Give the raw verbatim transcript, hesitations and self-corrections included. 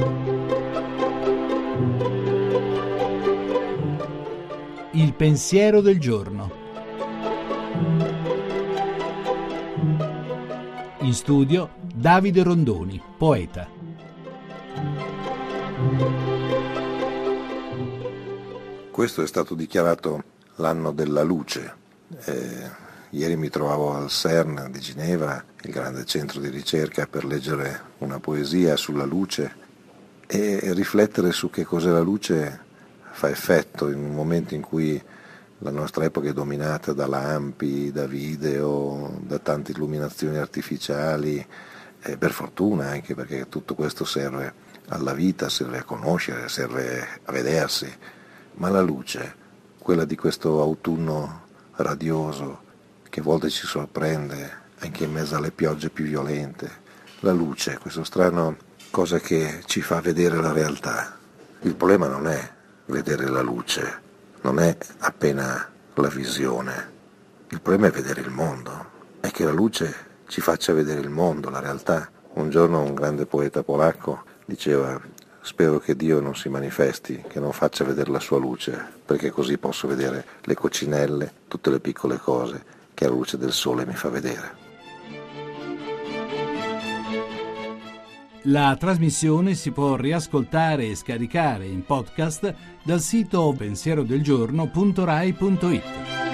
Il pensiero del giorno. In studio Davide Rondoni, poeta. Questo è stato dichiarato l'anno della luce. Eh, ieri mi trovavo al CERN di Ginevra, il grande centro di ricerca, per leggere una poesia sulla luce e riflettere su che cos'è la luce fa effetto in un momento in cui la nostra epoca è dominata da lampi, da video, da tante illuminazioni artificiali, e per fortuna anche, perché tutto questo serve alla vita, serve a conoscere, serve a vedersi, ma la luce, quella di questo autunno radioso che a volte ci sorprende anche in mezzo alle piogge più violente, la luce, questo strano cosa che ci fa vedere la realtà. Il problema non è vedere la luce, non è appena la visione, il problema è vedere il mondo, è che la luce ci faccia vedere il mondo, la realtà. Un giorno un grande poeta polacco diceva: spero che Dio non si manifesti, che non faccia vedere la sua luce, perché così posso vedere le coccinelle, tutte le piccole cose che la luce del sole mi fa vedere. La trasmissione si può riascoltare e scaricare in podcast dal sito pensierodelgiorno punto rai punto it.